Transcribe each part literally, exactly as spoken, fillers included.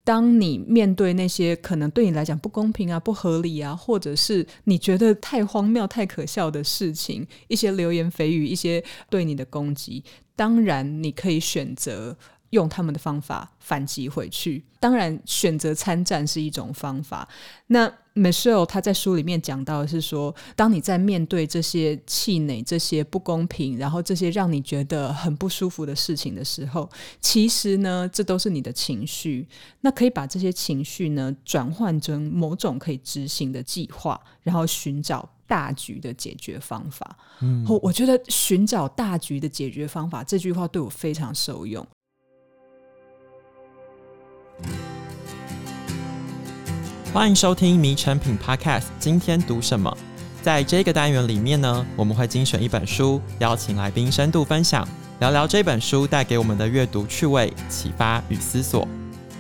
当你面对那些可能对你来讲不公平啊、不合理啊，或者是你觉得太荒谬、太可笑的事情，一些流言蜚语，一些对你的攻击，当然你可以选择用他们的方法反击回去，当然选择参战是一种方法。那 Michelle 她在书里面讲到的是说，当你在面对这些气馁、这些不公平，然后这些让你觉得很不舒服的事情的时候，其实呢这都是你的情绪，那可以把这些情绪呢转换成某种可以执行的计划，然后寻找大局的解决方法。嗯，我觉得寻找大局的解决方法这句话对我非常受用。 欢迎收听迷成品 Podcast 今天读什么。在这个单元里面呢，我们会精选一本书，邀请来宾深度分享，聊聊这本书带给我们的阅读趣味、启发与思索。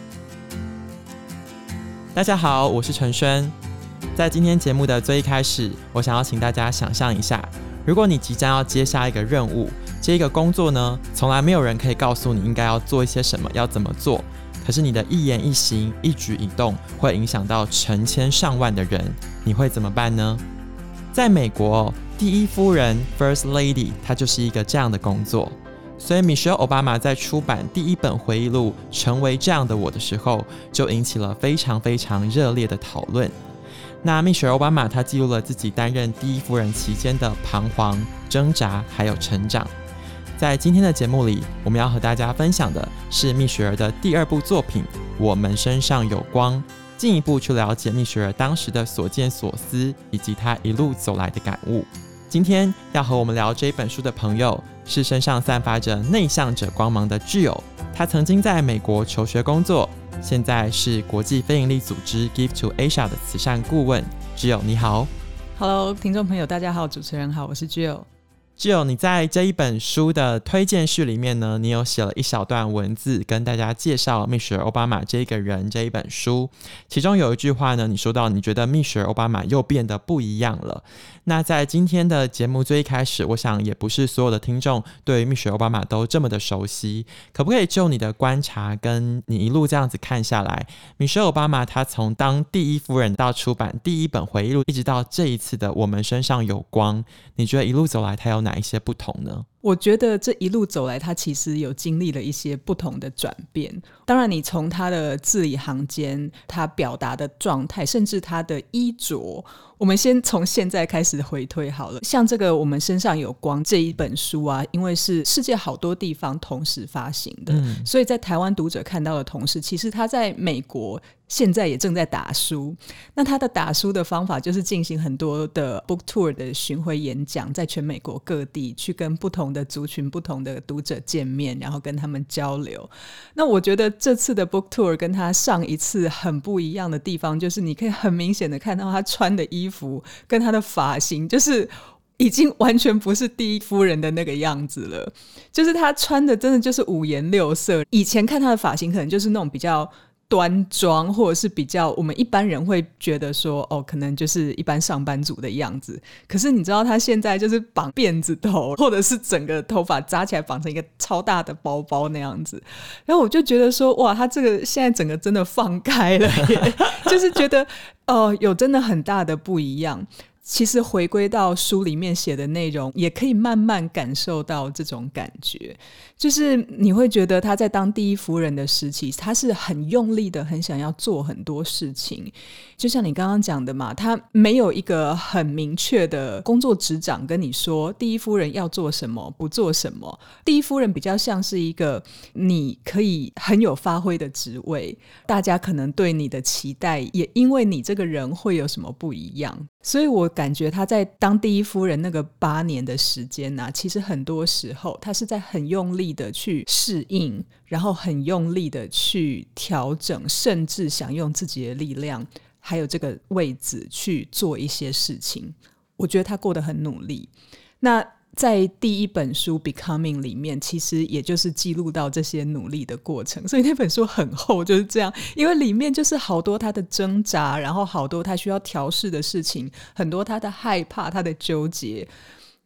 大家好，我是陈轩。在今天节目的最一开始，我想要请大家想象一下，如果你即将要接下一个任务，这个工作呢，从来没有人可以告诉你应该要做一些什么，要怎么做，可是你的一言一行、一举一动会影响到成千上万的人，你会怎么办呢？在美国，第一夫人 First Lady 她就是一个这样的工作，所以 Michelle Obama 在出版第一本回忆录《成为这样的我》的时候，就引起了非常非常热烈的讨论。那 Michelle Obama 她记录了自己担任第一夫人期间的彷徨、挣扎还有成长。在今天的节目里，我们要和大家分享的是蜜雪儿的第二部作品《我们身上有光》，进一步去了解蜜雪儿当时的所见所思，以及她一路走来的感悟。今天要和我们聊这本书的朋友是身上散发着内向者光芒的Jill，他曾经在美国求学工作，现在是国际非营利组织 Give to Asia 的慈善顾问。Jill 你好。 Hello 听众朋友大家好，主持人好，我是 Jill。Jill， 你在这一本书的推荐序里面呢，你有写了一小段文字跟大家介绍蜜雪儿奥巴马这个人这一本书，其中有一句话呢，你说到你觉得蜜雪儿奥巴马又变得不一样了。那在今天的节目最一开始，我想也不是所有的听众对于蜜雪儿奥巴马都这么的熟悉，可不可以就你的观察跟你一路这样子看下来，蜜雪儿奥巴马她从当第一夫人到出版第一本回忆录，一直到这一次的我们身上有光，你觉得一路走来她有哪一些不同呢？ 我觉得这一路走来他其实有经历了一些不同的转变，当然你从他的字里行间，他表达的状态，甚至他的衣着，我们先从现在开始回推好了。像这个我们身上有光这一本书啊，因为是世界好多地方同时发行的、嗯、所以在台湾读者看到的同时，其实他在美国现在也正在打书。那他的打书的方法就是进行很多的 book tour 的巡回演讲，在全美国各地去跟不同的族群、不同的读者见面，然后跟他们交流。那我觉得这次的 book tour 跟他上一次很不一样的地方，就是你可以很明显的看到他穿的衣服跟他的发型，就是已经完全不是第一夫人的那个样子了，就是他穿的真的就是五颜六色。以前看他的发型可能就是那种比较端庄，或者是比较我们一般人会觉得说哦，可能就是一般上班族的样子。可是你知道他现在就是绑辫子头，或者是整个头发扎起来绑成一个超大的包包那样子，然后我就觉得说哇，他这个现在整个真的放开了耶就是觉得哦、呃，有真的很大的不一样。其实回归到书里面写的内容，也可以慢慢感受到这种感觉，就是你会觉得他在当第一夫人的时期，他是很用力的，很想要做很多事情。就像你刚刚讲的嘛，他没有一个很明确的工作职掌跟你说第一夫人要做什么不做什么。第一夫人比较像是一个你可以很有发挥的职位，大家可能对你的期待也因为你这个人会有什么不一样。所以我感觉他在当第一夫人那个八年的时间啊，其实很多时候他是在很用力的去适应，然后很用力的去调整，甚至想用自己的力量还有这个位置去做一些事情。我觉得他过得很努力。那在第一本书 Becoming 里面，其实也就是记录到这些努力的过程，所以那本书很厚就是这样，因为里面就是好多他的挣扎，然后好多他需要调试的事情，很多他的害怕，他的纠结。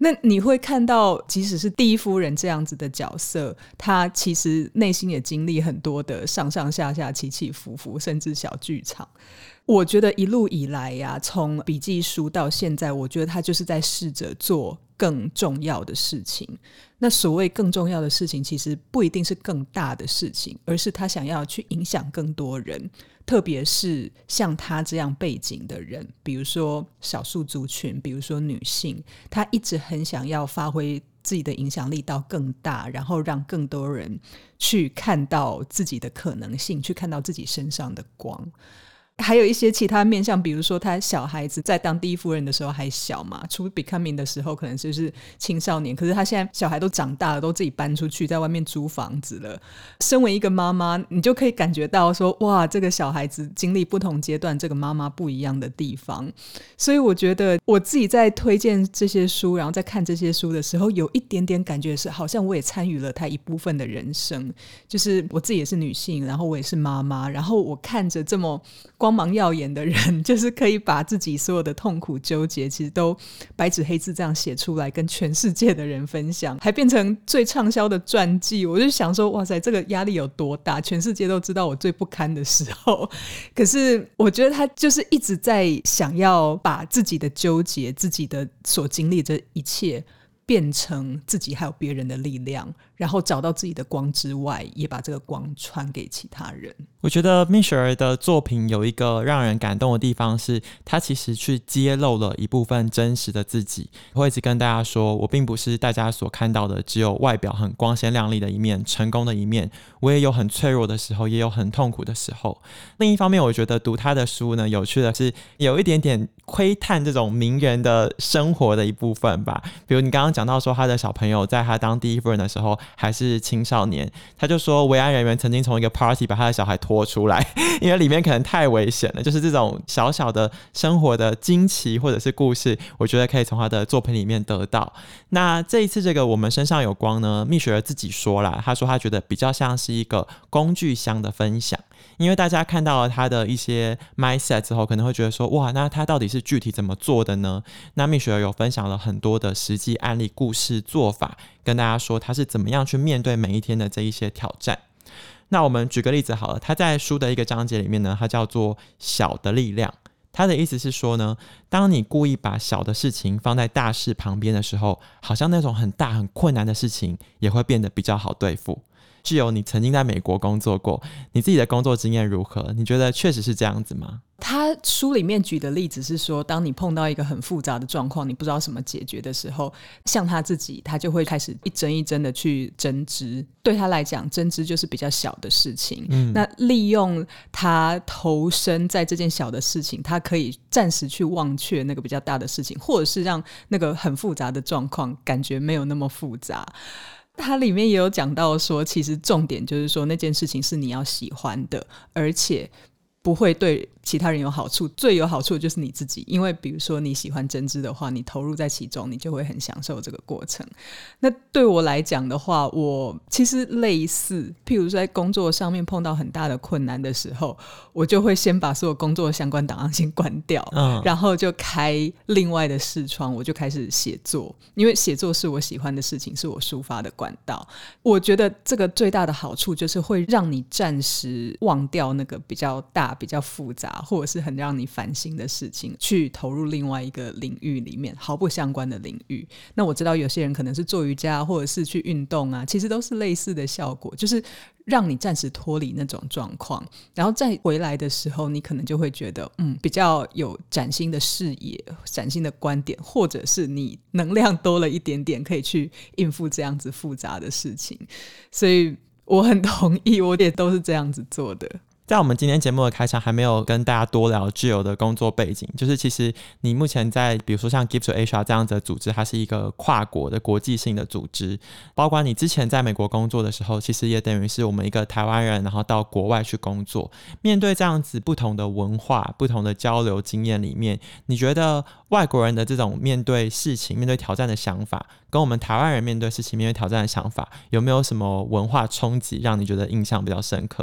那你会看到即使是第一夫人这样子的角色，她其实内心也经历很多的上上下下起起伏伏，甚至小剧场。我觉得一路以来呀、啊，从笔记书到现在，我觉得他就是在试着做更重要的事情。那所谓更重要的事情，其实不一定是更大的事情，而是他想要去影响更多人，特别是像他这样背景的人，比如说少数族群，比如说女性，他一直很想要发挥自己的影响力到更大，然后让更多人去看到自己的可能性，去看到自己身上的光。还有一些其他面向，比如说他小孩子在当第一夫人的时候还小嘛，出 Becoming 的时候可能就是青少年，可是他现在小孩都长大了，都自己搬出去在外面租房子了。身为一个妈妈，你就可以感觉到说，哇，这个小孩子经历不同阶段，这个妈妈不一样的地方。所以我觉得我自己在推荐这些书，然后在看这些书的时候，有一点点感觉是好像我也参与了他一部分的人生，就是我自己也是女性，然后我也是妈妈，然后我看着这么光芒耀眼的人，就是可以把自己所有的痛苦纠结其实都白纸黑字这样写出来跟全世界的人分享，还变成最畅销的传记。我就想说，哇塞，这个压力有多大，全世界都知道我最不堪的时候。可是我觉得他就是一直在想要把自己的纠结，自己的所经历这一切变成自己还有别人的力量，然后找到自己的光之外，也把这个光传给其他人。 我觉得蜜雪儿的作品有一个让人感动的地方是，她其实去揭露了一部分真实的自己。我会一直跟大家说，我并不是大家所看到的只有外表很光鲜亮丽的一面，成功的一面，我也有很脆弱的时候，也有很痛苦的时候。另一方面，我觉得读她的书呢，有趣的是有一点点窥探这种名人的生活的一部分吧。比如你刚刚讲到说，他的小朋友在他当第一夫人的时候还是青少年，他就说维安人员曾经从一个 party 把他的小孩拖出来，因为里面可能太危险了。就是这种小小的生活的惊奇或者是故事，我觉得可以从他的作品里面得到。那这一次这个我们身上有光呢，蜜雪儿自己说啦，他说他觉得比较像是一个工具箱的分享。因为大家看到了他的一些 mindset 之后，可能会觉得说，哇，那他到底是具体怎么做的呢？那蜜雪儿有分享了很多的实际案例、故事、做法，跟大家说他是怎么样去面对每一天的这一些挑战。那我们举个例子好了，他在书的一个章节里面呢，他叫做小的力量。他的意思是说呢，当你故意把小的事情放在大事旁边的时候，好像那种很大很困难的事情也会变得比较好对付。具有你曾经在美国工作过，你自己的工作经验如何？你觉得确实是这样子吗？ 他书里面举的例子是说，当你碰到一个很复杂的状况，你不知道怎么解决的时候，像他自己，他就会开始一针一针的去针织。对他来讲，针织就是比较小的事情、嗯、那利用他投身在这件小的事情，他可以暂时去忘却那个比较大的事情，或者是让那个很复杂的状况感觉没有那么复杂。它里面也有讲到说，其实重点就是说那件事情是你要喜欢的，而且不会对其他人有好处，最有好处的就是你自己。因为比如说你喜欢针织的话，你投入在其中，你就会很享受这个过程。那对我来讲的话，我其实类似，譬如说在工作上面碰到很大的困难的时候，我就会先把所有工作的相关档案先关掉、嗯、然后就开另外的视窗，我就开始写作。因为写作是我喜欢的事情，是我抒发的管道。我觉得这个最大的好处就是会让你暂时忘掉那个比较大比较复杂或者是很让你烦心的事情，去投入另外一个领域里面，毫不相关的领域。那我知道有些人可能是做瑜伽或者是去运动啊，其实都是类似的效果，就是让你暂时脱离那种状况，然后再回来的时候，你可能就会觉得嗯，比较有崭新的视野、崭新的观点，或者是你能量多了一点点，可以去应付这样子复杂的事情。所以我很同意，我也都是这样子做的。 在我们今天节目的开场还没有跟大家多聊Jill的工作背景，就是其实你目前在比如说像 Give to Asia 这样子的组织，它是一个跨国的国际性的组织，包括你之前在美国工作的时候，其实也等于是我们一个台湾人然后到国外去工作，面对这样子不同的文化、不同的交流经验里面，你觉得外国人的这种面对事情、面对挑战的想法，跟我们台湾人面对事情、面对挑战的想法，有没有什么文化冲击让你觉得印象比较深刻的？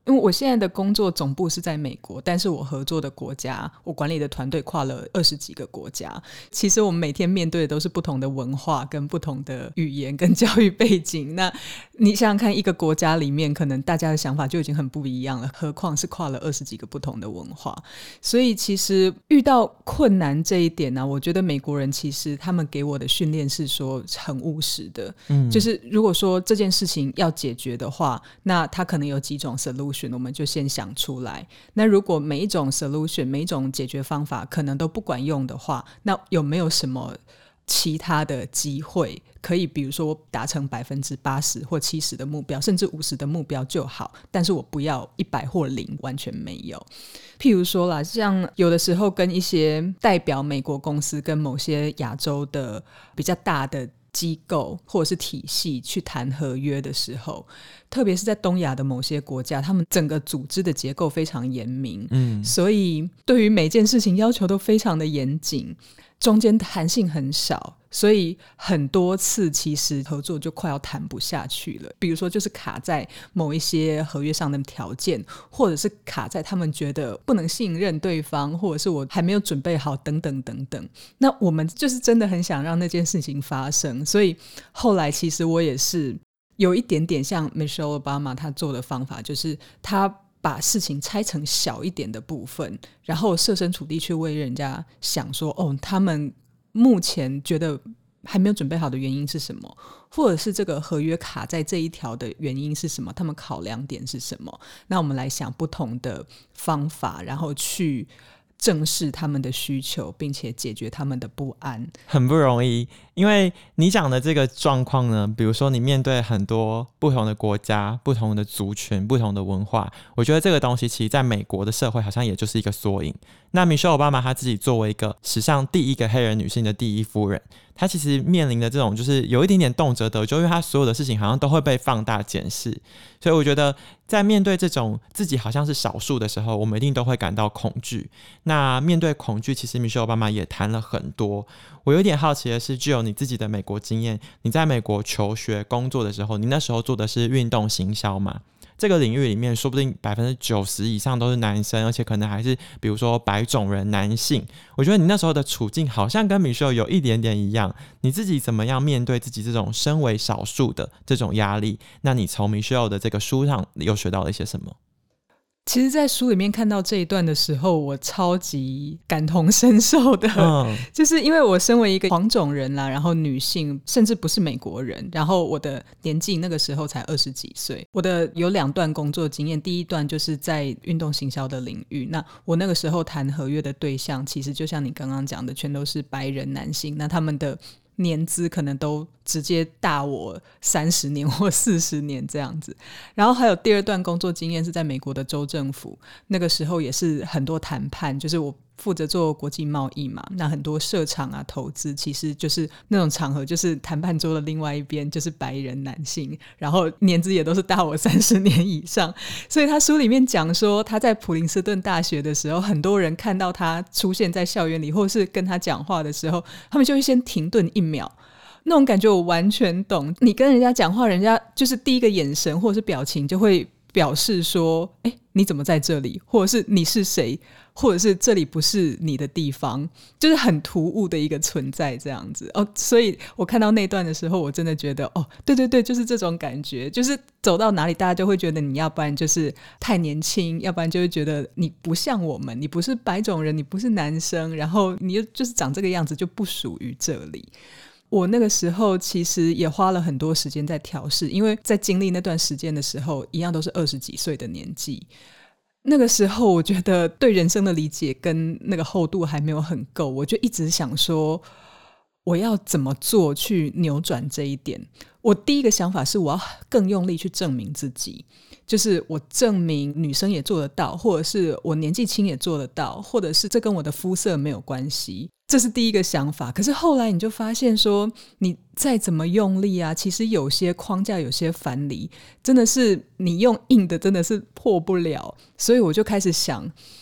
因为我现在的工作总部是在美国，但是我合作的国家，我管理的团队跨了二十几个国家。其实我们每天面对的都是不同的文化跟不同的语言跟教育背景，那你想想看，一个国家里面可能大家的想法就已经很不一样了，何况是跨了二十几个不同的文化。所以其实遇到困难这一点呢、啊，我觉得美国人其实他们给我的训练是说很务实的、嗯、就是如果说这件事情要解决的话，那他可能有几种 solution，我们就先想出来。那如果每一种 solution 每一种解决方法可能都不管用的话，那有没有什么其他的机会可以比如说达成百分之八十或七十的目标，甚至五十的目标就好，但是我不要一百或零，完全没有。譬如说啦，像有的时候跟一些代表美国公司跟某些亚洲的比较大的机构或者是体系去谈合约的时候，特别是在东亚的某些国家，他们整个组织的结构非常严明、嗯、所以对于每件事情要求都非常的严谨，中间弹性很少，所以很多次其实合作就快要谈不下去了。比如说就是卡在某一些合约上的条件，或者是卡在他们觉得不能信任对方，或者是我还没有准备好等等等等。那我们就是真的很想让那件事情发生，所以后来其实我也是有一点点像 Michelle Obama 他做的方法，就是他把事情拆成小一点的部分，然后设身处地去为人家想说，哦，他们目前觉得还没有准备好的原因是什么，或者是这个合约卡在这一条的原因是什么，他们考量点是什么。那我们来想不同的方法，然后去正视他们的需求，并且解决他们的不安。 很不容易，因为你讲的这个状况呢，比如说你面对很多不同的国家、不同的族群、不同的文化，我觉得这个东西其实在美国的社会好像也就是一个缩影。那 Michelle Obama 她自己作为一个史上第一个黑人女性的第一夫人，她其实面临的这种就是有一点点动辄得咎，因为她所有的事情好像都会被放大检视。所以我觉得在面对这种自己好像是少数的时候，我们一定都会感到恐惧。那面对恐惧，其实 Michelle Obama 也谈了很多。我有点好奇的是，具有你自己的美国经验，你在美国求学工作的时候，你那时候做的是运动行销嘛？这个领域里面说不定 百分之九十 以上都是男生，而且可能还是比如说白种人男性。我觉得你那时候的处境好像跟 Michelle 有一点点一样，你自己怎么样面对自己这种身为少数的这种压力？那你从 Michelle 的这个书上又学到了一些什么？ 其实在书里面看到这一段的时候，我超级感同身受的、嗯、就是因为我身为一个黄种人啦，然后女性，甚至不是美国人，然后我的年纪那个时候才二十几岁，我的有两段工作经验，第一段就是在运动行销的领域，那我那个时候谈合约的对象其实就像你刚刚讲的，全都是白人男性，那他们的年资可能都直接大我三十年或四十年这样子。然后还有第二段工作经验是在美国的州政府，那个时候也是很多谈判，就是我负责做国际贸易嘛，那很多设厂啊投资，其实就是那种场合，就是谈判桌的另外一边就是白人男性，然后年资也都是大我三十年以上。所以他书里面讲说，他在普林斯顿大学的时候，很多人看到他出现在校园里或是跟他讲话的时候，他们就会先停顿一秒，那种感觉我完全懂。你跟人家讲话，人家就是第一个眼神或者是表情就会表示说，哎，你怎么在这里，或者是你是谁，或者是这里不是你的地方，就是很突兀的一个存在这样子哦。所以我看到那段的时候，我真的觉得哦，对对对，就是这种感觉，就是走到哪里大家就会觉得你要不然就是太年轻，要不然就会觉得你不像我们，你不是白种人，你不是男生，然后你就是长这个样子就不属于这里。我那个时候其实也花了很多时间在调试，因为在经历那段时间的时候一样都是二十几岁的年纪，那个时候我觉得对人生的理解跟那个厚度还没有很够，我就一直想说我要怎么做去扭转这一点。我第一个想法是我要更用力去证明自己，就是我证明女生也做得到，或者是我年纪轻也做得到，或者是这跟我的肤色没有关系，这是第一个想法。可是后来你就发现说，你再怎么用力啊，其实有些框架有些樊篱真的是你用硬的真的是破不了。所以我就开始想，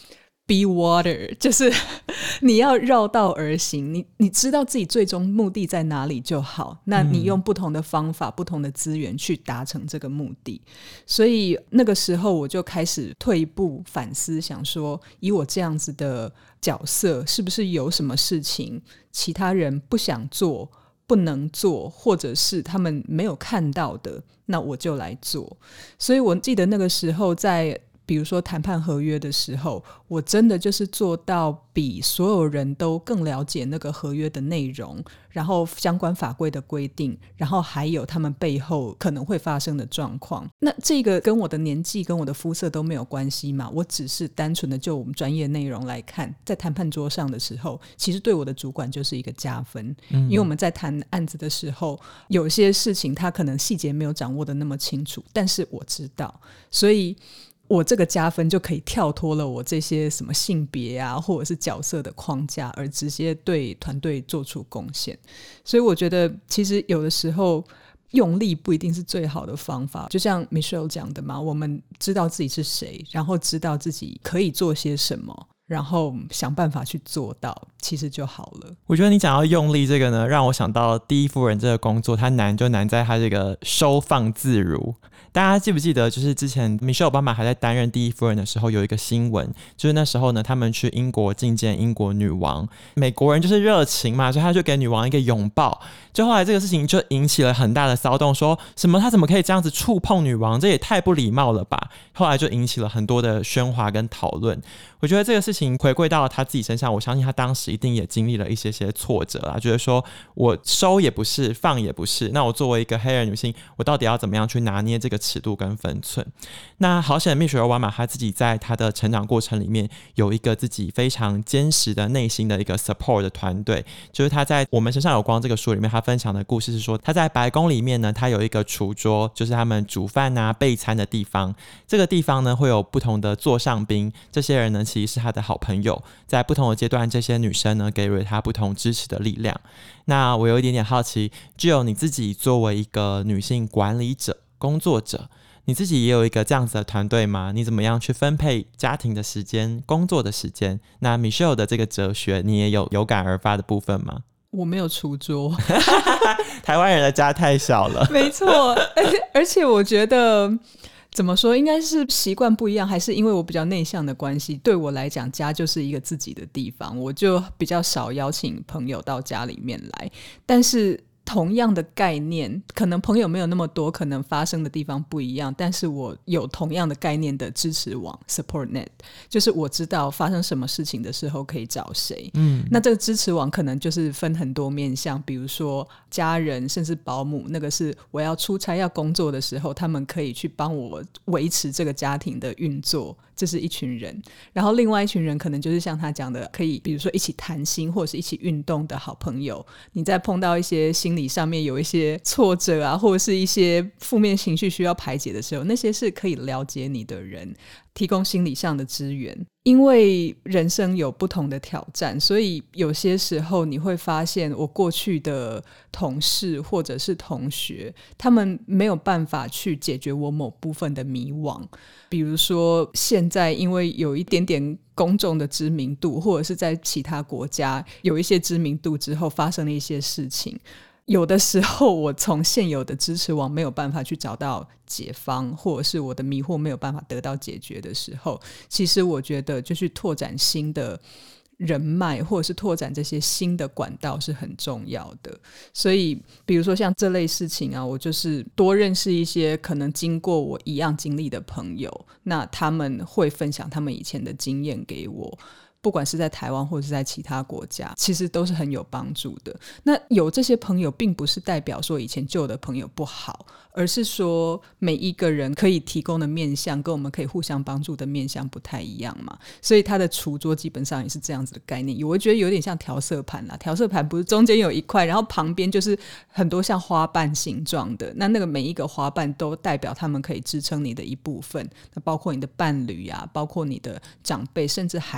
be water， 就是你要绕道而行，你你知道自己最终目的在哪里就好，那你用不同的方法、嗯、不同的资源去达成这个目的。所以那个时候我就开始退一步反思，想说以我这样子的角色，是不是有什么事情其他人不想做、不能做，或者是他们没有看到的，那我就来做。所以我记得那个时候在比如说谈判合约的时候，我真的就是做到比所有人都更了解那个合约的内容，然后相关法规的规定，然后还有他们背后可能会发生的状况。那这个跟我的年纪跟我的肤色都没有关系嘛，我只是单纯的就我们专业内容来看，在谈判桌上的时候，其实对我的主管就是一个加分、嗯、因为我们在谈案子的时候，有些事情他可能细节没有掌握的那么清楚，但是我知道，所以我这个加分就可以跳脱了我这些什么性别啊或者是角色的框架，而直接对团队做出贡献。所以我觉得其实有的时候用力不一定是最好的方法，就像 Michelle 讲的嘛，我们知道自己是谁，然后知道自己可以做些什么，然后想办法去做到，其实就好了。 我觉得你讲到用力这个呢，让我想到第一夫人这个工作，它难就难在它这个收放自如。大家记不记得就是之前 Michelle 奥巴马还在担任第一夫人的时候，有一个新闻，就是那时候呢他们去英国觐见英国女王，美国人就是热情嘛，所以他就给女王一个拥抱，就后来这个事情就引起了很大的骚动，说什么他怎么可以这样子触碰女王，这也太不礼貌了吧，后来就引起了很多的喧哗跟讨论。我觉得这个事情回归到了他自己身上，我相信他当时一定也经历了一些些挫折啦，觉得说我收也不是放也不是，那我作为一个黑人女性，我到底要怎么样去拿捏这个尺度跟分寸。那好险Michelle奥巴马他自己在他的成长过程里面有一个自己非常坚实的内心的一个 support 的团队，就是他在我们身上有光这个书里面他分享的故事是说，他在白宫里面呢，他有一个厨桌，就是他们煮饭啊备餐的地方，这个地方呢会有不同的座上宾，这些人呢其实是他的好朋友，在不同的阶段这些女生呢给予了他不同支持的力量。那我有一点点好奇，只有你自己作为一个女性管理者工作者，你自己也有一个这样子的团队吗？你怎么样去分配家庭的时间工作的时间？那 Michelle 的这个哲学你也有有感而发的部分吗？ 我没有厨桌台湾人的家太小了没错，而且我觉得怎么说，应该是习惯不一样，还是因为我比较内向的关系，对我来讲家就是一个自己的地方，我就比较少邀请朋友到家里面来。但是同样的概念，可能朋友没有那么多，可能发生的地方不一样，但是我有同样的概念的支持网 support net， 就是我知道发生什么事情的时候可以找谁。嗯，那这个支持网可能就是分很多面向，比如说家人甚至保姆，那个是我要出差要工作的时候，他们可以去帮我维持这个家庭的运作，这是一群人。然后另外一群人可能就是像他讲的，可以比如说一起谈心或者是一起运动的好朋友，你在碰到一些心理上面有一些挫折啊，或者是一些负面情绪需要排解的时候，那些是可以了解你的人，提供心理上的支援。因为人生有不同的挑战，所以有些时候你会发现我过去的同事或者是同学，他们没有办法去解决我某部分的迷惘。比如说现在因为有一点点公众的知名度，或者是在其他国家有一些知名度之后发生了一些事情，有的时候我从现有的支持网没有办法去找到解方，或者是我的迷惑没有办法得到解决的时候，其实我觉得就去拓展新的人脉，或者是拓展这些新的管道是很重要的。所以比如说像这类事情啊，我就是多认识一些可能经过我一样经历的朋友，那他们会分享他们以前的经验给我，不管是在台湾或者是在其他国家，其实都是很有帮助的。那有这些朋友并不是代表说以前旧的朋友不好，而是说每一个人可以提供的面向跟我们可以互相帮助的面向不太一样嘛，所以他的厨桌基本上也是这样子的概念。我会觉得有点像调色盘啦，调色盘不是中间有一块，然后旁边就是很多像花瓣形状的，那那个每一个花瓣都代表他们可以支撑你的一部分，那包括你的伴侣啊，包括你的长辈，甚至孩子，其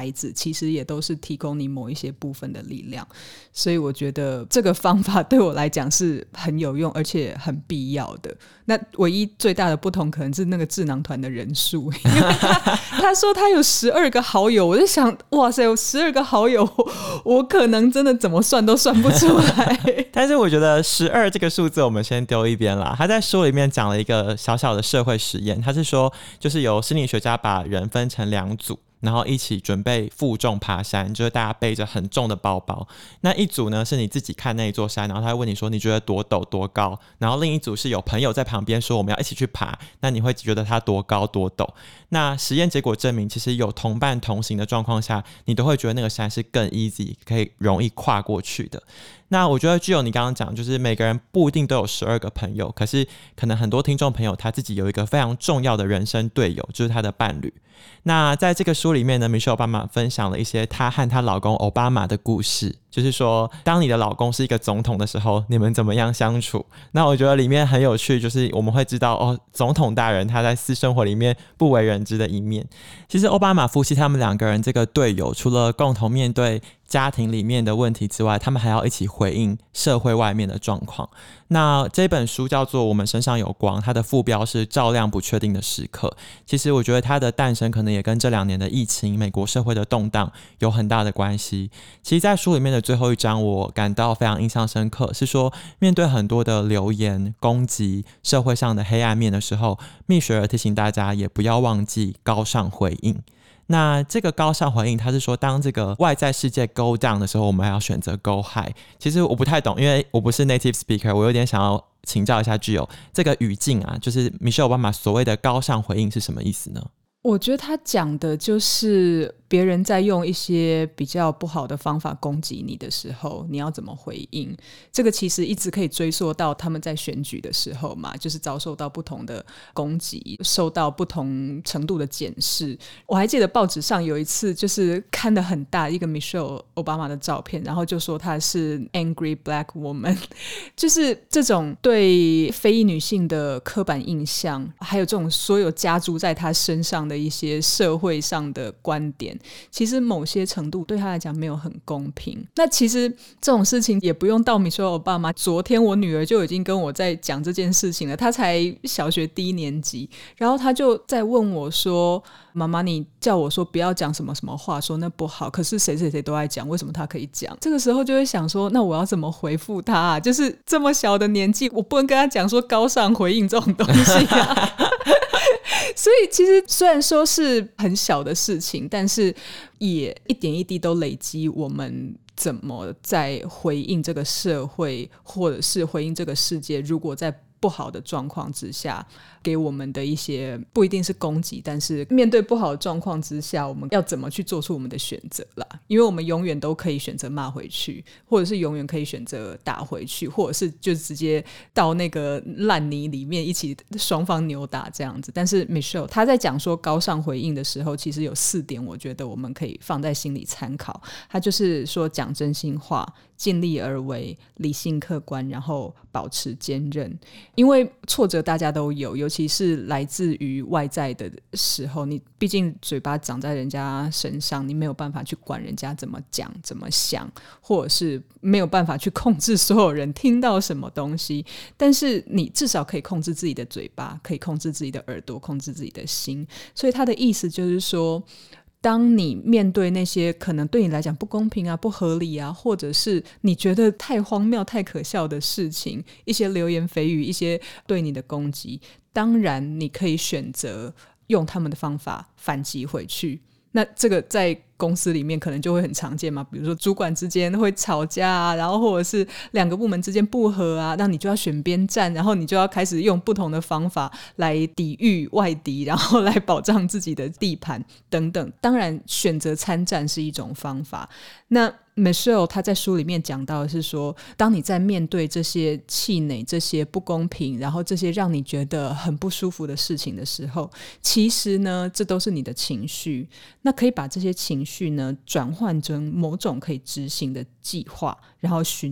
其实也都是提供你某一些部分的力量。所以我觉得这个方法对我来讲是很有用而且很必要的。那唯一最大的不同可能是那个智囊团的人数，因为 他, 他说他有十二个好友，我就想哇塞，有十二个好友，我可能真的怎么算都算不出来。 但是我觉得十二这个数字我们先丢一边啦。他在书里面讲了一个小小的社会实验，他是说就是有心理学家把人分成两组，然后一起准备负重爬山，就是大家背着很重的包包。那一组呢是你自己看那一座山，然后他会问你说你觉得多陡多高，然后另一组是有朋友在旁边说我们要一起去爬，那你会觉得它多高多陡。那实验结果证明，其实有同伴同行的状况下，你都会觉得那个山是更 easy 可以容易跨过去的。那我觉得具有你刚刚讲，就是每个人不一定都有十二个朋友，可是可能很多听众朋友他自己有一个非常重要的人生队友，就是他的伴侣。那在这个书里面呢， Michelle Obama 分享了一些她和她老公奥巴马的故事，就是说当你的老公是一个总统的时候，你们怎么样相处。那我觉得里面很有趣，就是我们会知道哦，总统大人他在私生活里面不为人知的一面。其实奥巴马夫妻他们两个人这个队友，除了共同面对家庭里面的问题之外，他们还要一起回应社会外面的状况。那这本书叫做《我们身上有光》，它的副标是照亮不确定的时刻。其实我觉得它的诞生可能也跟这两年的疫情、美国社会的动荡有很大的关系。其实在书里面的最后一章，我感到非常印象深刻，是说面对很多的流言攻击、社会上的黑暗面的时候，蜜雪儿提醒大家也不要忘记高尚回应。那这个高尚回应，他是说当这个外在世界 go down 的时候，我们还要选择 go high。其实我不太懂，因为我不是 native speaker， 我有点想要请教一下具有这个语境啊，就是 Michelle Obama 所谓的高尚回应是什么意思呢？ 我觉得他讲的就是别人在用一些比较不好的方法攻击你的时候，你要怎么回应。这个其实一直可以追溯到他们在选举的时候嘛，就是遭受到不同的攻击，受到不同程度的检视。我还记得报纸上有一次就是看得很大一个 Michelle Obama 的照片，然后就说她是 angry black woman 就是这种对非裔女性的刻板印象，还有这种所有加诸在她身上的一些社会上的观点，其实某些程度对他来讲没有很公平。那其实这种事情也不用到 Michelle Obama， 昨天我女儿就已经跟我在讲这件事情了，她才小学低年级，然后她就在问我说，妈妈你叫我说不要讲什么什么话，说那不好，可是谁谁谁都在讲，为什么他可以讲？这个时候就会想说，那我要怎么回复他啊？就是这么小的年纪，我不能跟他讲说高尚回应这种东西啊所以其实虽然说是很小的事情，但是也一点一滴都累积我们怎么在回应这个社会，或者是回应这个世界，如果在不好的状况之下给我们的一些不一定是攻击，但是面对不好的状况之下，我们要怎么去做出我们的选择啦。因为我们永远都可以选择骂回去，或者是永远可以选择打回去，或者是就直接到那个烂泥里面一起双方扭打这样子。但是 Michelle 她在讲说高尚回应的时候，其实有四点我觉得我们可以放在心里参考。她就是说讲真心话，尽力而为，理性客观，然后保持坚韧。因为挫折大家都有，尤其是来自于外在的时候，你毕竟嘴巴长在人家身上，你没有办法去管人家怎么讲怎么想，或者是没有办法去控制所有人听到什么东西，但是你至少可以控制自己的嘴巴，可以控制自己的耳朵，控制自己的心。所以他的意思就是说，当你面对那些可能对你来讲不公平啊、不合理啊，或者是你觉得太荒谬、太可笑的事情，一些流言蜚语，一些对你的攻击，当然你可以选择用他们的方法反击回去。那这个在公司里面可能就会很常见嘛，比如说主管之间会吵架啊，然后或者是两个部门之间不合啊，那你就要选边站，然后你就要开始用不同的方法来抵御外敌，然后来保障自己的地盘等等。当然选择参战是一种方法。那 Michelle 她在书里面讲到的是说，当你在面对这些气馁、这些不公平，然后这些让你觉得很不舒服的事情的时候，其实呢这都是你的情绪，那可以把这些情绪呢转换成某种可以执行的计划，然后寻找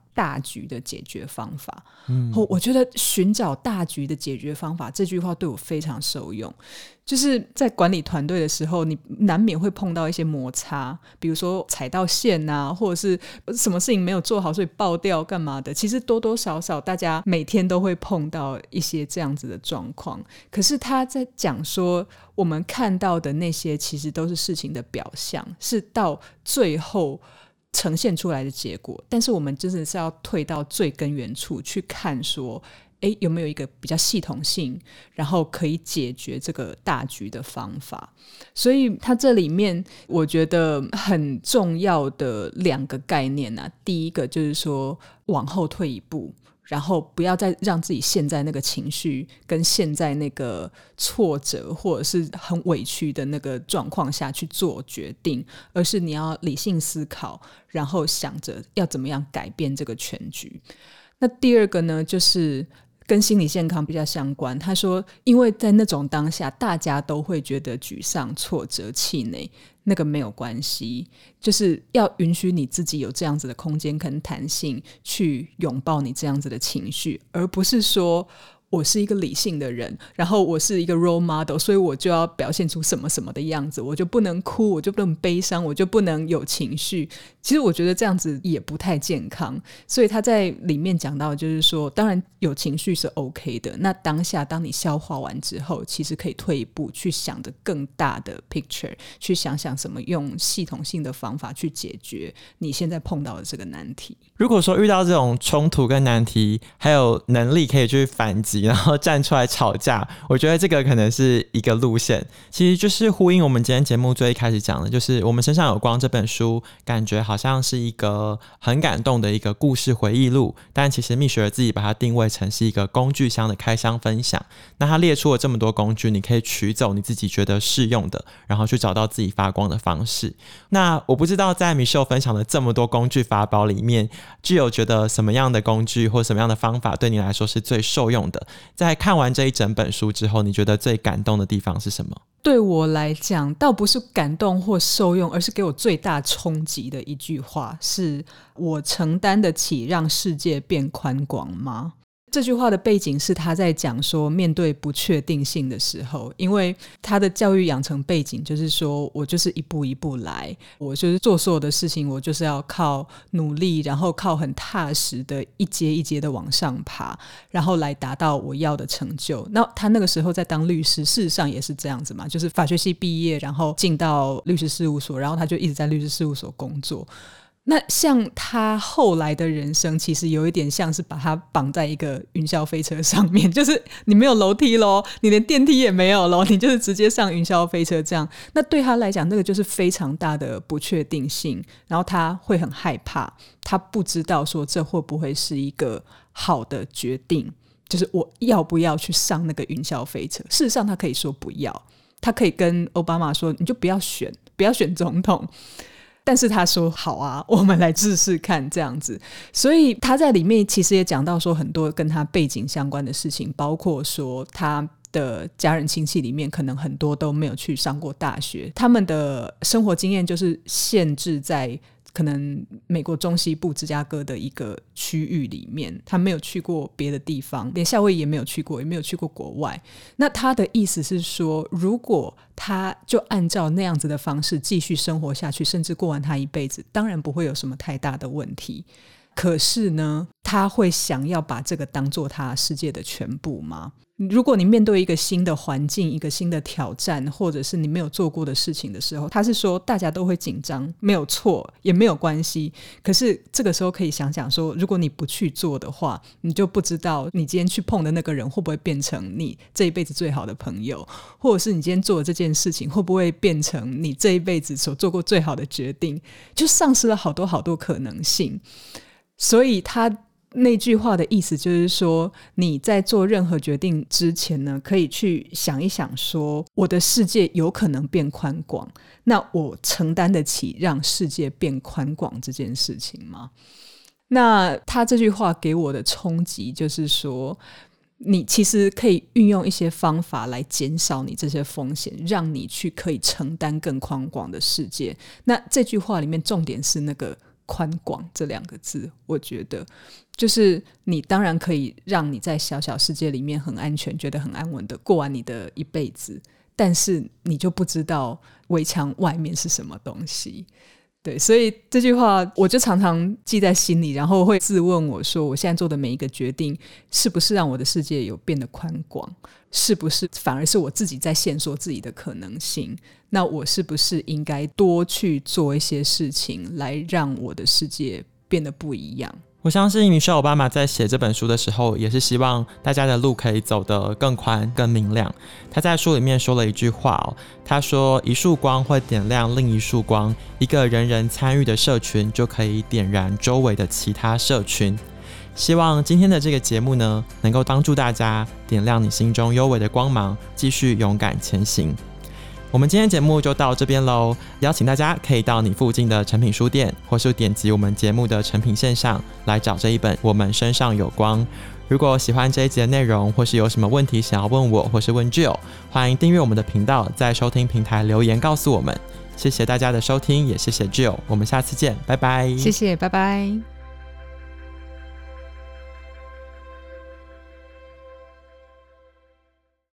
大局的解决方法。嗯，我觉得寻找大局的解决方法这句话对我非常受用。就是在管理团队的时候，你难免会碰到一些摩擦，比如说踩到线啊，或者是什么事情没有做好所以爆掉干嘛的，其实多多少少大家每天都会碰到一些这样子的状况。可是他在讲说我们看到的那些其实都是事情的表象，是到最后呈现出来的结果，但是我们真的是要退到最根源处去看说诶，有没有一个比较系统性然后可以解决这个大局的方法。所以它这里面我觉得很重要的两个概念啊，第一个就是说往后退一步，然后不要再让自己陷在那个情绪跟陷在那个挫折或者是很委屈的那个状况下去做决定，而是你要理性思考，然后想着要怎么样改变这个全局。那第二个呢，就是跟心理健康比较相关。他说因为在那种当下大家都会觉得沮丧、挫折、气馁，那个没有关系，就是要允许你自己有这样子的空间跟弹性去拥抱你这样子的情绪，而不是说我是一个理性的人，然后我是一个 role model， 所以我就要表现出什么什么的样子，我就不能哭，我就不能悲伤，我就不能有情绪。其实我觉得这样子也不太健康。所以他在里面讲到就是说，当然有情绪是 OK 的，那当下当你消化完之后，其实可以退一步去想着更大的 picture， 去想想什么用系统性的方法去解决你现在碰到的这个难题。 如果说遇到这种冲突跟难题，还有能力可以去反击，然后站出来吵架，我觉得这个可能是一个路线。其实就是呼应我们今天节目最一开始讲的，就是我们身上有光这本书感觉好像是一个很感动的一个故事回忆录，但其实蜜雪儿自己把它定位成是一个工具箱的开箱分享。那他列出了这么多工具，你可以取走你自己觉得适用的，然后去找到自己发光的方式。那我不知道在 Michelle 分享的这么多工具法宝里面，具有觉得什么样的工具或什么样的方法对你来说是最受用的？在看完这一整本书之后，你觉得最感动的地方是什么？ 对我来讲倒不是感动或受用，而是给我最大冲击的一句话，是我承担得起让世界变宽广吗？这句话的背景是他在讲说面对不确定性的时候，因为他的教育养成背景就是说我就是一步一步来，我就是做所有的事情我就是要靠努力，然后靠很踏实的一阶一阶的往上爬，然后来达到我要的成就。那他那个时候在当律师，事实上也是这样子嘛，就是法学系毕业然后进到律师事务所，然后他就一直在律师事务所工作。那像他后来的人生其实有一点像是把他绑在一个云霄飞车上面，就是你没有楼梯咯，你连电梯也没有咯，你就是直接上云霄飞车这样。那对他来讲那个就是非常大的不确定性，然后他会很害怕，他不知道说这会不会是一个好的决定，就是我要不要去上那个云霄飞车。事实上他可以说不要，他可以跟奥巴马说你就不要选不要选总统，但是他说好啊，我们来试试看这样子。所以他在里面其实也讲到说很多跟他背景相关的事情，包括说他的家人亲戚里面可能很多都没有去上过大学，他们的生活经验就是限制在可能美国中西部芝加哥的一个区域里面，他没有去过别的地方，连夏威夷也没有去过，也没有去过国外。那他的意思是说，如果他就按照那样子的方式继续生活下去，甚至过完他一辈子，当然不会有什么太大的问题。可是呢，他会想要把这个当作他世界的全部吗？如果你面对一个新的环境，一个新的挑战，或者是你没有做过的事情的时候，他是说大家都会紧张，没有错，也没有关系。可是这个时候可以想想说，如果你不去做的话，你就不知道你今天去碰的那个人会不会变成你这一辈子最好的朋友，或者是你今天做的这件事情会不会变成你这一辈子所做过最好的决定，就丧失了好多好多可能性。所以他那句话的意思就是说，你在做任何决定之前呢，可以去想一想说，我的世界有可能变宽广，那我承担得起让世界变宽广这件事情吗？那他这句话给我的冲击就是说，你其实可以运用一些方法来减少你这些风险，让你去可以承担更宽广的世界。那这句话里面重点是那个宽广这两个字。我觉得就是你当然可以让你在小小世界里面很安全，觉得很安稳的过完你的一辈子，但是你就不知道围墙外面是什么东西。对，所以这句话我就常常记在心里，然后会自问我说，我现在做的每一个决定是不是让我的世界有变得宽广，是不是反而是我自己在限缩自己的可能性，那我是不是应该多去做一些事情来让我的世界变得不一样。 我相信 Michelle 奥巴马在写这本书的时候也是希望大家的路可以走得更宽更明亮。他在书里面说了一句话哦，他说一束光会点亮另一束光，一个人人参与的社群就可以点燃周围的其他社群。希望今天的这个节目呢，能够帮助大家点亮你心中幽微的光芒，继续勇敢前行。我们今天节目就到这边咯，邀请大家可以到你附近的诚品书店，或是点击我们节目的诚品线上来找这一本《我们身上有光》。如果喜欢这一集的内容，或是有什么问题想要问我或是问 Jill， 欢迎订阅我们的频道，在收听平台留言告诉我们。谢谢大家的收听，也谢谢 Jill， 我们下次见，拜拜。 谢谢，拜拜。